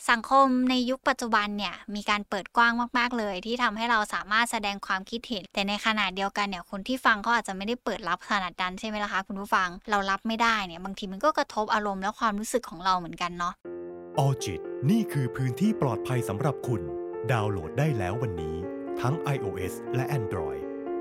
สังคมในยุคปัจจุบันเนี่ยมีการเปิดกว้างมากๆเลยที่ทำให้เราสามารถแสดงความคิดเห็นแต่ในขณะเดียวกันเนี่ยคนที่ฟังเขาอาจจะไม่ได้เปิดรับขนาดนั้นใช่ไหมล่ะคะคุณผู้ฟังเรารับไม่ได้เนี่ยบางทีมันก็กระทบอารมณ์และความรู้สึกของเราเหมือนกันเนาะออจิตนี่คือพื้นที่ปลอดภัยสำหรับคุณดาวน์โหลดได้แล้ววันนี้ทั้ง iOS และ Android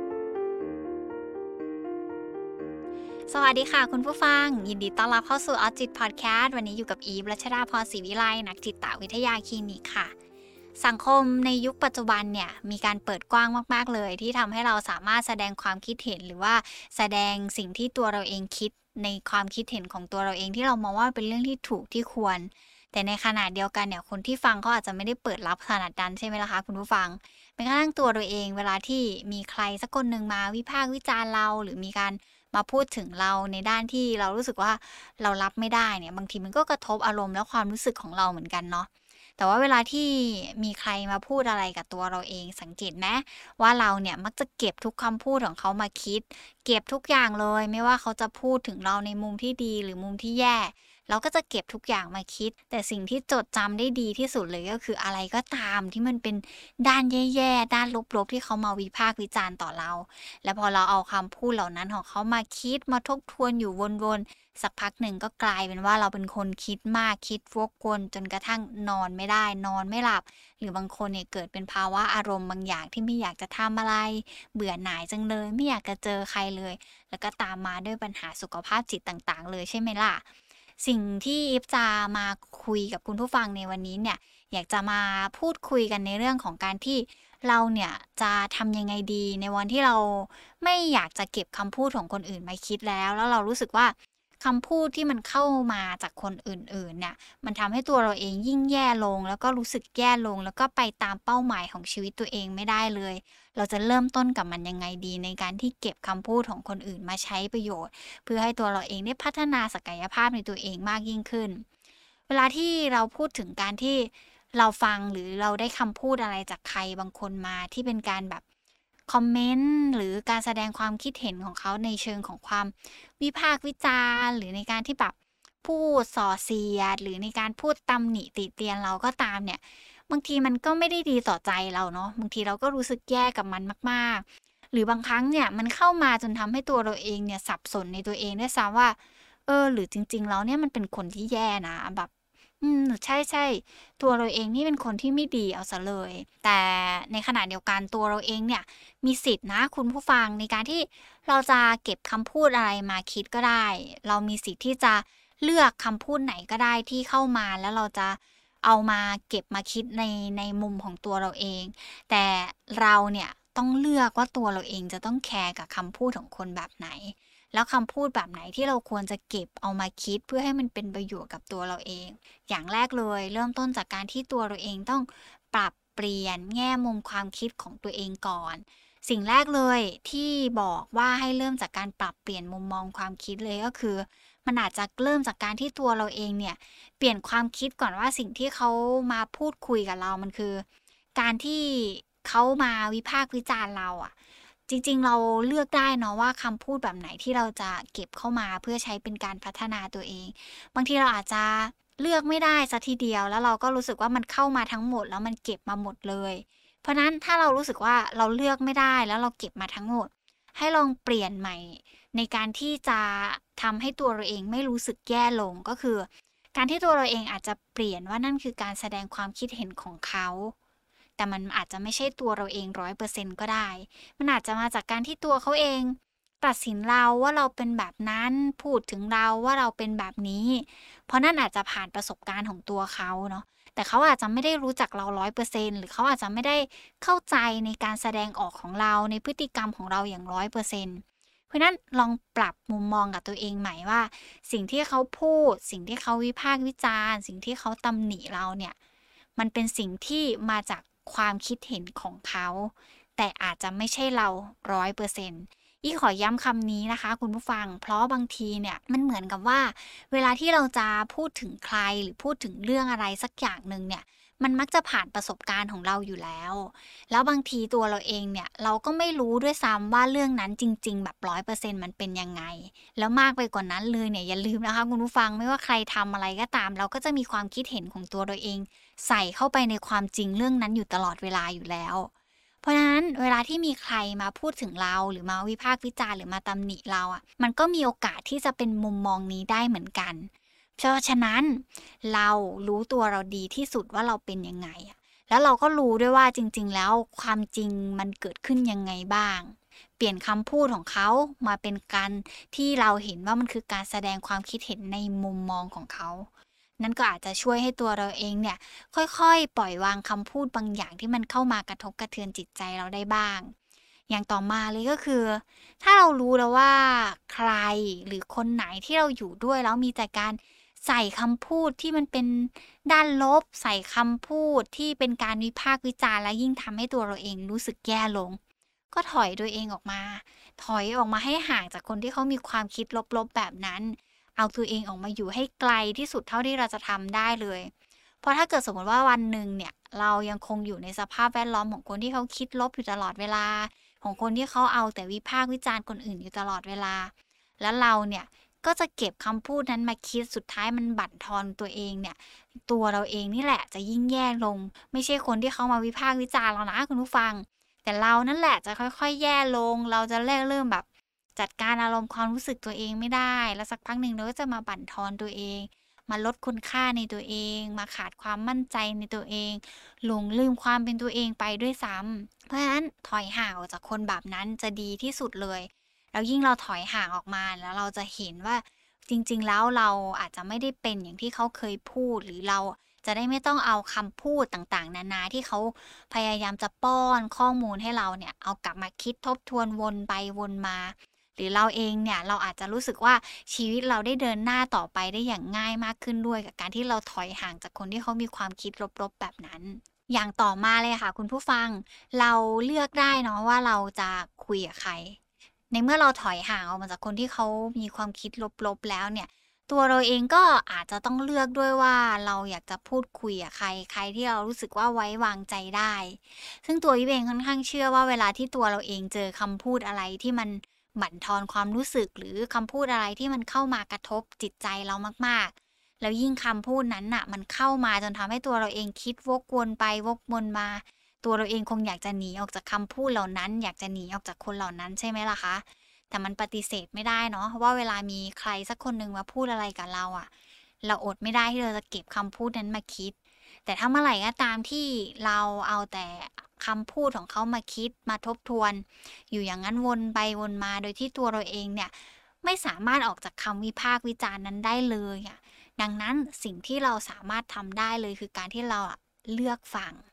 สวัสดีค่ะคุณผู้ฟังยินดีต้อนรับเข้าสู่ออจิตพอดแคสต์วันนี้อยู่กับอีฟรัชดาพรศรีวิไลนักจิตวิทยาคลินิกค่ะสังคมในยุคปัจจุบันเนี่ยมีการเปิดกว้างมากๆเลยที่ทำให้เราสามารถแสดงความคิดเห็นหรือว่าแสดงสิ่งที่ตัวเราเองคิดในความคิดเห็นของตัวเราเองที่เรามองว่าเป็นเรื่องที่ถูกที่ควรแต่ในขณะเดียวกันเนี่ยคนที่ฟังเขาอาจจะไม่ได้เปิดรับขนาดนั้นใช่ไหมล่ะคะคุณผู้ฟังแม้กระทั่งตัวเราเองเวลาที่มีใครสักคนหนึ่งมาวิพากษ์วิจารณ์เราหรือมีการมาพูดถึงเราในด้านที่เรารู้สึกว่าเรารับไม่ได้เนี่ยบางทีมันก็กระทบอารมณ์และความรู้สึกของเราเหมือนกันเนาะแต่ว่าเวลาที่มีใครมาพูดอะไรกับตัวเราเองสังเกตไหมว่าเราเนี่ยมักจะเก็บทุกคำพูดของเขามาคิดเก็บทุกอย่างเลยไม่ว่าเขาจะพูดถึงเราในมุมที่ดีหรือมุมที่แย่เราก็จะเก็บทุกอย่างมาคิดแต่สิ่งที่จดจำได้ดีที่สุดเลยก็คืออะไรก็ตามที่มันเป็นด้านแย่ๆด้านลบๆที่เขามาวิพากษ์วิจารณ์ต่อเรา แล้วพอเราเอาคำพูดเหล่านั้นของเขามาคิดมาทบทวนอยู่วนๆสักพักหนึ่งก็กลายเป็นว่าเราเป็นคนคิดมากคิดวกวนจนกระทั่งนอนไม่ได้นอนไม่หลับหรือบางคนเนี่ยเกิดเป็นภาวะอารมณ์บางอย่างที่ไม่อยากจะทำอะไรเบื่อหน่ายจังเลยไม่อยากจะเจอใครเลยแล้วก็ตามมาด้วยปัญหาสุขภาพจิตต่างๆเลยใช่ไหมล่ะสิ่งที่อีฟจะมาคุยกับคุณผู้ฟังในวันนี้เนี่ยอยากจะมาพูดคุยกันในเรื่องของการที่เราเนี่ยจะทำยังไงดีในวันที่เราไม่อยากจะเก็บคำพูดของคนอื่นมาคิดแล้วเรารู้สึกว่าคำพูดที่มันเข้ามาจากคนอื่นๆเนี่ยมันทำให้ตัวเราเองยิ่งแย่ลงแล้วก็รู้สึกแย่ลงแล้วก็ไปตามเป้าหมายของชีวิตตัวเองไม่ได้เลยเราจะเริ่มต้นกับมันยังไงดีในการที่เก็บคำพูดของคนอื่นมาใช้ประโยชน์เพื่อให้ตัวเราเองได้พัฒนาศักยภาพในตัวเองมากยิ่งขึ้นเวลาที่เราพูดถึงการที่ เราฟังหรือเราได้คำพูดอะไรจากใครบางคนมาที่เป็นการแบบคอมเมนต์หรือการแสดงความคิดเห็นของเขาในเชิงของความวิพากษ์วิจารณ์หรือในการที่แบบพูดส่อเสียดหรือในการพูดตำหนิติเตียนเราก็ตามเนี่ยบางทีมันก็ไม่ได้ดีต่อใจเราเนาะบางทีเราก็รู้สึกแย่กับมันมากๆหรือบางครั้งเนี่ยมันเข้ามาจนทำให้ตัวเราเองเนี่ยสับสนในตัวเองด้วยซ้ำว่าหรือจริงๆแล้วเนี่ยมันเป็นคนที่แย่นะแบบ ใช่ๆตัวเราเองนี่เป็นคนที่ไม่ดีเอาเสียเลยแต่ในขณะเดียวกันตัวเราเองเนี่ยมีสิทธินะคุณผู้ฟังในการที่เราจะเก็บคำพูดอะไรมาคิดก็ได้เรามีสิทธิ์ที่จะเลือกคำพูดไหนก็ได้ที่เข้ามาแล้วเราจะเอามาเก็บมาคิดในมุมของตัวเราเองแต่เราเนี่ยต้องเลือกว่าตัวเราเองจะต้องแคร์กับคำพูดของคนแบบไหน แล้วคำพูดแบบไหนที่เราควรจะเก็บเอามาคิดเพื่อให้มันเป็นประโยชน์กับตัวเราเอง อย่างแรกเลยเริ่มต้นจากการที่ตัวเราเองต้องปรับเปลี่ยนแง่มุมความคิดของตัวเองก่อน สิ่งแรกเลยที่บอกว่าให้เริ่มจากการปรับเปลี่ยนมุมมองความคิดเลยก็คือมันอาจจะเริ่มจากการที่ตัวเราเองเนี่ยเปลี่ยนความคิดก่อนว่าสิ่งที่เขามาพูดคุยกับเรามันคือการที่เขามาวิพากษ์วิจารณ์เราอะ จริงๆเราเลือกได้เนาะว่าคำพูดแบบไหนที่เราจะเก็บเข้ามาเพื่อใช้เป็นการพัฒนาตัวเองบางทีเราอาจจะเลือกไม่ได้สัทีเดียวแล้วเราก็รู้สึกว่ามันเข้ามาทั้งหมดแล้วมันเก็บมาหมดเลยเพราะนั้นถ้าเรารู้สึกว่าเราเลือกไม่ได้แล้วเราเก็บมาทั้งหมดให้ลองเปลี่ยนใหม่ในการที่จะทำให้ตัวเราเองไม่รู้สึกแย่ลงก็คือการที่ตัวเราเองอาจจะเปลี่ยนว่านั่นคือการแสดงความคิดเห็นของเขาแต่มันอาจจะไม่ใช่ตัวเราเอง100%ก็ได้ มันอาจจะมาจากการที่ตัวเขาเองตัดสินเราว่าเราเป็นแบบนั้นพูดถึงเราว่าเราเป็นแบบนี้เพราะนั่นอาจจะผ่านประสบการณ์ของตัวเขาเนาะแต่เขาอาจจะไม่ได้รู้จักเรา100%หรือเขาอาจจะไม่ได้เข้าใจในการแสดงออกของเราในพฤติกรรมของเราอย่าง100%เพราะนั้นลองปรับมุมมองกับตัวเองใหม่ว่าสิ่งที่เขาพูดสิ่งที่เขาวิพากษ์วิจารณ์สิ่งที่เขาตำหนิเราเนี่ยมันเป็นสิ่งที่มาจากความคิดเห็นของเขา แต่อาจจะไม่ใช่เรา100%อยเปอร์เซ็นต์ขอย้ำคำนี้นะคะคุณผู้ฟังเพราะบางทีเนี่ยมันเหมือนกับว่าเวลาที่เราจะพูดถึงใครหรือพูดถึงเรื่องอะไรสักอย่างหนึ่งเนี่ยมันมักจะผ่านประสบการณ์ของเราอยู่แล้วบางทีตัวเราเองเนี่ยเราก็ไม่รู้ด้วยซ้ำว่าเรื่องนั้นจริงๆแบบ100%มันเป็นยังไงแล้วมากไปกว่านั้นเลยเนี่ยอย่าลืมนะคะคุณผู้ฟังไม่ว่าใครทำอะไรก็ตามเราก็จะมีความคิดเห็นของตัวเราเองใส่เข้าไปในความจริงเรื่องนั้นอยู่ตลอดเวลาอยู่แล้วเพราะฉะนั้นเวลาที่มีใครมาพูดถึงเราหรือมาวิพากษ์วิจารณ์หรือมาตำหนิเราอ่ะมันก็มีโอกาสที่จะเป็นมุมมองนี้ได้เหมือนกันเพราะฉะนั้นเรารู้ตัวเราดีที่สุดว่าเราเป็นยังไงอะแล้วเราก็รู้ด้วยว่าจริงๆแล้วความจริงมันเกิดขึ้นยังไงบ้างเปลี่ยนคำพูดของเขามาเป็นการที่เราเห็นว่ามันคือการแสดงความคิดเห็นในมุมมองของเขานั่นก็อาจจะช่วยให้ตัวเราเองเนี่ยค่อยๆปล่อยวางคำพูดบางอย่างที่มันเข้ามากระทบกระเทือนจิตใจเราได้บ้างอย่างต่อมาเลยก็คือถ้าเรารู้แล้วว่าใครหรือคนไหนที่เราอยู่ด้วยแล้วมีแต่การใส่คำพูดที่มันเป็นด้านลบใส่คำพูดที่เป็นการวิพากษ์วิจารณ์และยิ่งทำให้ตัวเราเองรู้สึกแย่ลงก็ถอยตัวเองออกมาถอยออกมาให้ห่างจากคนที่เขามีความคิดลบๆแบบนั้น เอาตัวเองออกมาอยู่ให้ไกลที่สุดเท่าที่เราจะทำได้เลย เพราะถ้าเกิดสมมติว่าวันหนึ่งเนี่ยเรายังคงอยู่ในสภาพแวดล้อมของคนที่เขาคิดลบอยู่ตลอดเวลาของคนที่เขาเอาแต่วิพากษ์วิจารณ์คนอื่นอยู่ตลอดเวลาแล้วเราเนี่ยก็จะเก็บคำพูดนั้นมาคิดสุดท้ายมันบั่นทอนตัวเองเนี่ยตัวเราเองนี่แหละจะยิ่งแย่ลงไม่ใช่คนที่เขามาวิพากษ์วิจารณ์เรานะคุณผู้ฟังแต่เรานั่นแหละจะค่อยๆแย่ลงเราจะเริ่มแบบ จัดการอารมณ์ความรู้สึกตัวเองไม่ได้แล้วสักพักหนึ่งเราก็จะมาบั่นทอนตัวเองมาลดคุณค่าในตัวเองมาขาดความมั่นใจในตัวเองหลงลืมความเป็นตัวเองไปด้วยซ้ำเพราะฉะนั้นถอยห่างออกจากคนแบบนั้นจะดีที่สุดเลยแล้วยิ่งเราถอยห่างออกมาแล้วเราจะเห็นว่าจริงๆแล้วเราอาจจะไม่ได้เป็นอย่างที่เขาเคยพูดหรือเราจะได้ไม่ต้องเอาคำพูดต่างๆนานาที่เขาพยายามจะป้อนข้อมูลให้เราเนี่ยเอากลับมาคิดทบทวนวนไปวนมา หรือเราเองเนี่ยเราอาจจะรู้สึกว่าชีวิตเราได้เดินหน้าต่อไปได้อย่างง่ายมากขึ้นด้วยกับการที่เราถอยห่างจากคนที่เขามีความคิดลบๆแบบนั้นอย่างต่อมาเลยค่ะคุณผู้ฟังเราเลือกได้เนาะว่าเราจะคุยกับใครในเมื่อเราถอยห่างออกมาจากคนที่เขามีความคิดลบๆแล้วเนี่ยตัวเราเองก็อาจจะต้องเลือกด้วยว่าเราอยากจะพูดคุยกับใครที่เรารู้สึกว่าไว้วางใจได้ซึ่งตัววิเองค่อนข้างเชื่อว่าเวลาที่ตัวเราเองเจอคำพูดอะไรที่มัน บั่นทอนความรู้สึกหรือคำพูดอะไรที่มันเข้ามากระทบจิตใจเรามากๆแล้วยิ่งคำพูดนั้นน่ะมันเข้ามาจนทำให้ตัวเราเองคิดวกวนไปวกวนมาตัวเราเองคงอยากจะหนีออกจากคำพูดเหล่านั้นอยากจะหนีออกจากคนเหล่านั้นใช่ไหมล่ะคะแต่มันปฏิเสธไม่ได้เนาะว่าเวลามีใครสักคนหนึ่งมาพูดอะไรกับเราอะเราอดไม่ได้ที่เราจะเก็บคำพูดนั้นมาคิดแต่ถ้าเมื่อไหร่ก็ตามที่เราเอาแต่คำพูดของเขามาคิดมาทบทวน อยู่อย่างนั้นวนไปวนมาโดยที่ตัวเราเองเนี่ยไม่สามารถออกจากคำวิพากษ์วิจารณ์นั้นได้เลยอะดังนั้นสิ่งที่เราสามารถทำได้เลยคือการที่เราเลือกฟัง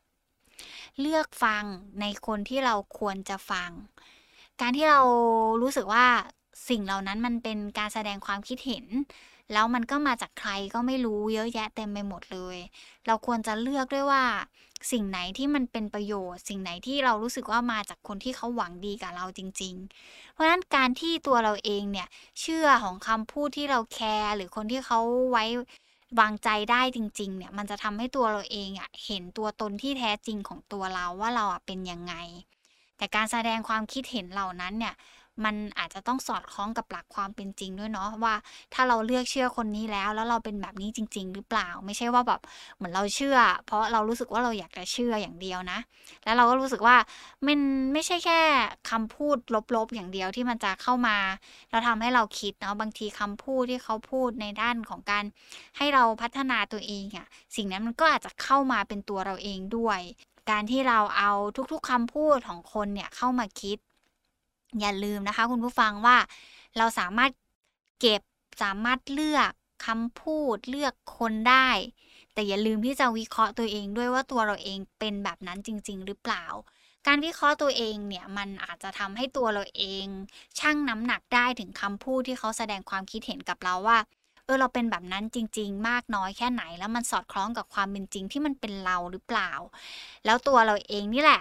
ในคนที่เราควรจะฟังการที่เรารู้สึกว่าสิ่งเหล่านั้นมันเป็นการแสดงความคิดเห็นแล้วมันก็มาจากใครก็ไม่รู้เยอะแยะเต็มไปหมดเลยเราควรจะเลือกด้วยว่าสิ่งไหนที่มันเป็นประโยชน์สิ่งไหนที่เรารู้สึกว่ามาจากคนที่เขาหวังดีกับเราจริงๆเพราะฉะนั้นการที่ตัวเราเองเนี่ยเชื่อของคำพูดที่เราแคร์หรือคนที่เขาไว้วางใจได้จริงๆเนี่ยมันจะทำให้ตัวเราเองเห็นตัวตนที่แท้จริงของตัวเราว่าเราเป็นยังไงแต่การแสดงความคิดเห็นเหล่านั้นเนี่ยมันอาจจะต้องสอดคล้องกับหลักความเป็นจริงด้วยเนาะว่าถ้าเราเลือกเชื่อคนนี้แล้วเราเป็นแบบนี้จริงๆหรือเปล่าไม่ใช่ว่าแบบเหมือนเราเชื่อเพราะเรารู้สึกว่าเราอยากจะเชื่ออย่างเดียวนะแล้วเราก็รู้สึกว่ามันไม่ใช่แค่คำพูดลบๆอย่างเดียวที่มันจะเข้ามาแล้วทำให้เราคิดเนาะบางทีคำพูดที่เขาพูดในด้านของการให้เราพัฒนาตัวเองสิ่งนั้นมันก็อาจจะเข้ามาเป็นตัวเราเองด้วยการที่เราเอาทุกๆคำพูดของคนเนี่ยเข้ามาคิดอย่าลืมนะคะคุณผู้ฟังว่าเราสามารถเก็บสามารถเลือกคำพูดเลือกคนได้แต่อย่าลืมที่จะวิเคราะห์ตัวเองด้วยว่าตัวเราเองเป็นแบบนั้นจริงๆหรือเปล่าการวิเคราะห์ตัวเองเนี่ยมันอาจจะทำให้ตัวเราเองชั่งน้ำหนักได้ถึงคำพูดที่เขาแสดงความคิดเห็นกับเราว่าเราเป็นแบบนั้นจริงๆมากน้อยแค่ไหนแล้วมันสอดคล้องกับความเป็นจริงที่มันเป็นเราหรือเปล่าแล้วตัวเราเองนี่แหละ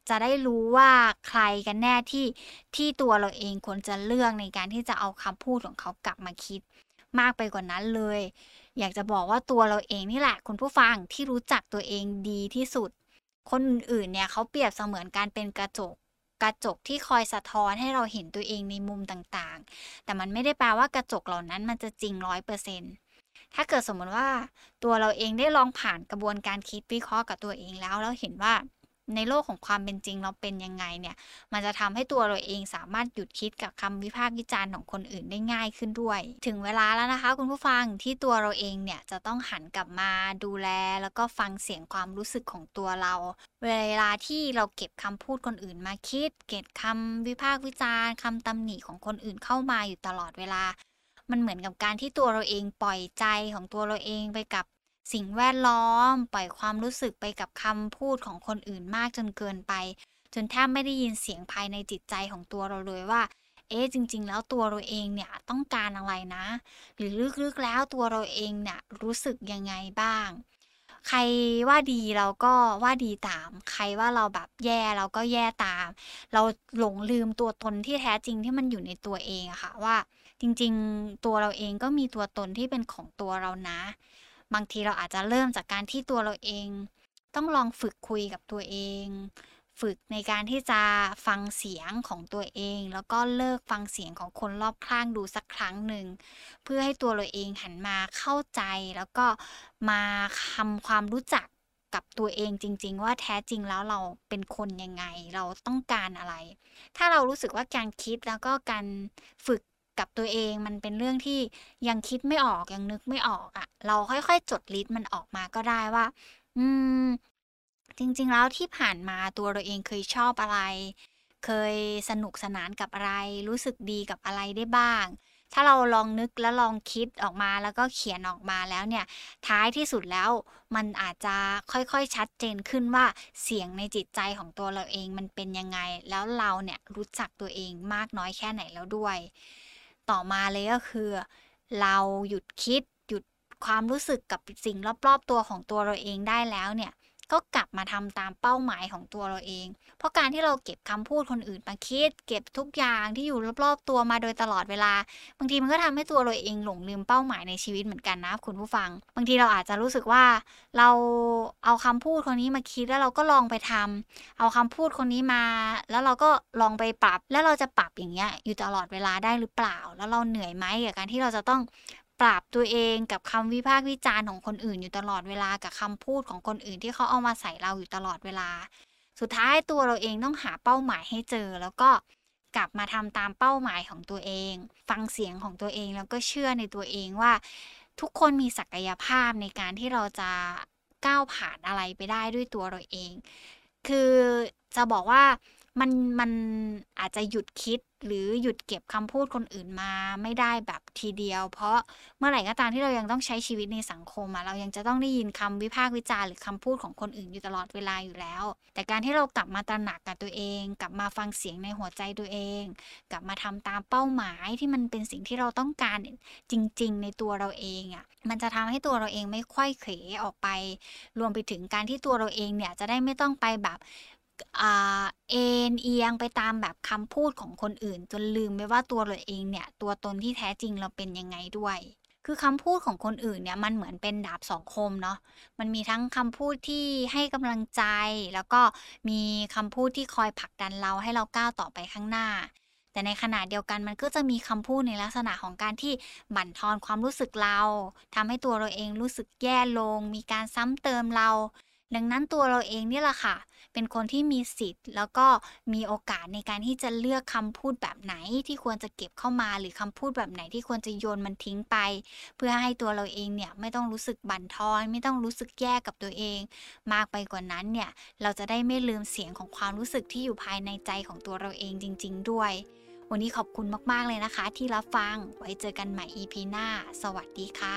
จะได้รู้ว่าใครกันแน่ที่ตัวเราเองควรจะเลือกในการที่จะเอาคำพูดของเขากลับมาคิดมากไปกว่านั้นเลยอยากจะบอกว่าตัวเราเองนี่แหละคุณผู้ฟังที่รู้จักตัวเองดีที่สุดคนอื่นๆเนี่ยเขาเปรียบเสมือนการเป็นกระจกที่คอยสะท้อนให้เราเห็นตัวเองในมุมต่างๆแต่มันไม่ได้แปลว่ากระจกเหล่านั้นมันจะจริง100%ถ้าเกิดสมมติว่าตัวเราเองได้ลองผ่านกระบวนการคิดวิเคราะห์กับตัวเองแล้วเห็นว่าในโลกของความเป็นจริงเราเป็นยังไงเนี่ยมันจะทำให้ตัวเราเองสามารถหยุดคิดกับคำวิพากษ์วิจารณ์ของคนอื่นได้ง่ายขึ้นด้วยถึงเวลาแล้วนะคะคุณผู้ฟังที่ตัวเราเองเนี่ยจะต้องหันกลับมาดูแลแล้วก็ฟังเสียงความรู้สึกของตัวเราเวลาที่เราเก็บคำพูดคนอื่นมาคิดเก็บคำวิพากษ์วิจารณ์คำตำหนิของคนอื่นเข้ามาอยู่ตลอดเวลามันเหมือนกับการที่ตัวเราเองปล่อยใจของตัวเราเองไปกับสิ่งแวดล้อมปล่อยความรู้สึกไปกับคำพูดของคนอื่นมากจนเกินไปจนแทบไม่ได้ยินเสียงภายในจิตใจของตัวเราเลยว่าจริงๆแล้วตัวเราเองเนี่ยต้องการอะไรนะหรือลึกๆแล้วตัวเราเองเนี่ยรู้สึกยังไงบ้างใครว่าดีเราก็ว่าดีตามใครว่าเราแบบแย่เราก็แย่ตามเราหลงลืมตัวตนที่แท้จริงที่มันอยู่ในตัวเองอะค่ะว่าจริงๆตัวเราเองก็มีตัวตนที่เป็นของตัวเรานะบางทีเราอาจจะเริ่มจากการที่ตัวเราเองต้องลองฝึกคุยกับตัวเองฝึกในการที่จะฟังเสียงของตัวเองแล้วก็เลิกฟังเสียงของคนรอบข้างดูสักครั้งหนึ่งเพื่อให้ตัวเราเองหันมาเข้าใจแล้วก็มาทำความรู้จักกับตัวเองจริงๆว่าแท้จริงแล้วเราเป็นคนยังไงเราต้องการอะไรถ้าเรารู้สึกว่าการคิดแล้วก็การฝึกกับตัวเองมันเป็นเรื่องที่ยังคิดไม่ออกยังนึกไม่ออกอะเราค่อยๆจดลิสต์มันออกมาก็ได้ว่าอืมจริงๆแล้วที่ผ่านมาตัวเราเองเคยชอบอะไรเคยสนุกสนานกับอะไรรู้สึกดีกับอะไรได้บ้างถ้าเราลองนึกแล้วลองคิดออกมาแล้วก็เขียนออกมาแล้วเนี่ยท้ายที่สุดแล้วมันอาจจะค่อยๆชัดเจนขึ้นว่าเสียงในจิตใจของตัวเราเองมันเป็นยังไงแล้วเราเนี่ยรู้จักตัวเองมากน้อยแค่ไหนแล้วด้วยต่อมาเลยก็คือเราหยุดคิดหยุดความรู้สึกกับสิ่งรอบๆตัวของตัวเราเองได้แล้วเนี่ยก็กลับมาทำตามเป้าหมายของตัวเราเองเพราะการที่เราเก็บคำพูดคนอื่นมาคิดเก็บทุกอย่างที่อยู่รอบๆตัวมาโดยตลอดเวลาบางทีมันก็ทำให้ตัวเราเองหลงลืมเป้าหมายในชีวิตเหมือนกันนะคุณผู้ฟังบางทีเราอาจจะรู้สึกว่าเราเอาคำพูดคนนี้มาคิดแล้วเราก็ลองไปทำเอาคำพูดคนนี้มาแล้วเราก็ลองไปปรับแล้วเราจะปรับอย่างเงี้ยอยู่ตลอดเวลาได้หรือเปล่าแล้วเราเหนื่อยไหมกับการที่เราจะต้องปรับตัวเองกับคำวิพากษ์วิจารณ์ของคนอื่นอยู่ตลอดเวลากับคำพูดของคนอื่นที่เขาเอามาใส่เราอยู่ตลอดเวลาสุดท้ายตัวเราเองต้องหาเป้าหมายให้เจอแล้วก็กลับมาทำตามเป้าหมายของตัวเองฟังเสียงของตัวเองแล้วก็เชื่อในตัวเองว่าทุกคนมีศักยภาพในการที่เราจะก้าวผ่านอะไรไปได้ด้วยตัวเราเองคือจะบอกว่ามันอาจจะหยุดคิดหรือหยุดเก็บคำพูดคนอื่นมาไม่ได้แบบทีเดียวเพราะเมื่อไหร่ก็ตามที่เรายังต้องใช้ชีวิตในสังคมเรายังจะต้องได้ยินคำวิพากษ์วิจารณ์หรือคำพูดของคนอื่นอยู่ตลอดเวลาอยู่แล้วแต่การที่เรากลับมาตระหนักกับตัวเองกลับมาฟังเสียงในหัวใจตัวเองกลับมาทำตามเป้าหมายที่มันเป็นสิ่งที่เราต้องการจริงๆในตัวเราเองมันจะทำให้ตัวเราเองไม่ไขว้เขวออกไปรวมไปถึงการที่ตัวเราเองเนี่ยจะได้ไม่ต้องไปแบบเอนเอียงไปตามแบบคำพูดของคนอื่นจนลืมไปว่าตัวเราเองเนี่ยตัวตนที่แท้จริงเราเป็นยังไงด้วยคือคำพูดของคนอื่นเนี่ยมันเหมือนเป็นดาบสองคมเนาะมันมีทั้งคำพูดที่ให้กำลังใจแล้วก็มีคำพูดที่คอยผลักดันเราให้เราก้าวต่อไปข้างหน้าแต่ในขณะเดียวกันมันก็จะมีคำพูดในลักษณะของการที่บั่นทอนความรู้สึกเราทำให้ตัวเราเองรู้สึกแย่ลงมีการซ้ำเติมเราดังนั้นตัวเราเองนี่แหละค่ะเป็นคนที่มีสิทธิ์แล้วก็มีโอกาสในการที่จะเลือกคำพูดแบบไหนที่ควรจะเก็บเข้ามาหรือคำพูดแบบไหนที่ควรจะโยนมันทิ้งไปเพื่อให้ตัวเราเองเนี่ยไม่ต้องรู้สึกบั่นทอนไม่ต้องรู้สึกแย่กับตัวเองมากไปกว่านั้นเนี่ยเราจะได้ไม่ลืมเสียงของความรู้สึกที่อยู่ภายในใจของตัวเราเองจริงๆด้วยวันนี้ขอบคุณมากๆเลยนะคะที่รับฟังไว้เจอกันใหม่ EP หน้าสวัสดีค่ะ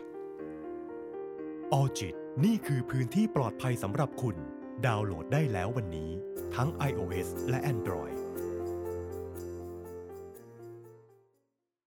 ออจิตนี่คือพื้นที่ปลอดภัยสำหรับคุณดาวน์โหลดได้แล้ววันนี้ทั้ง iOS และ Android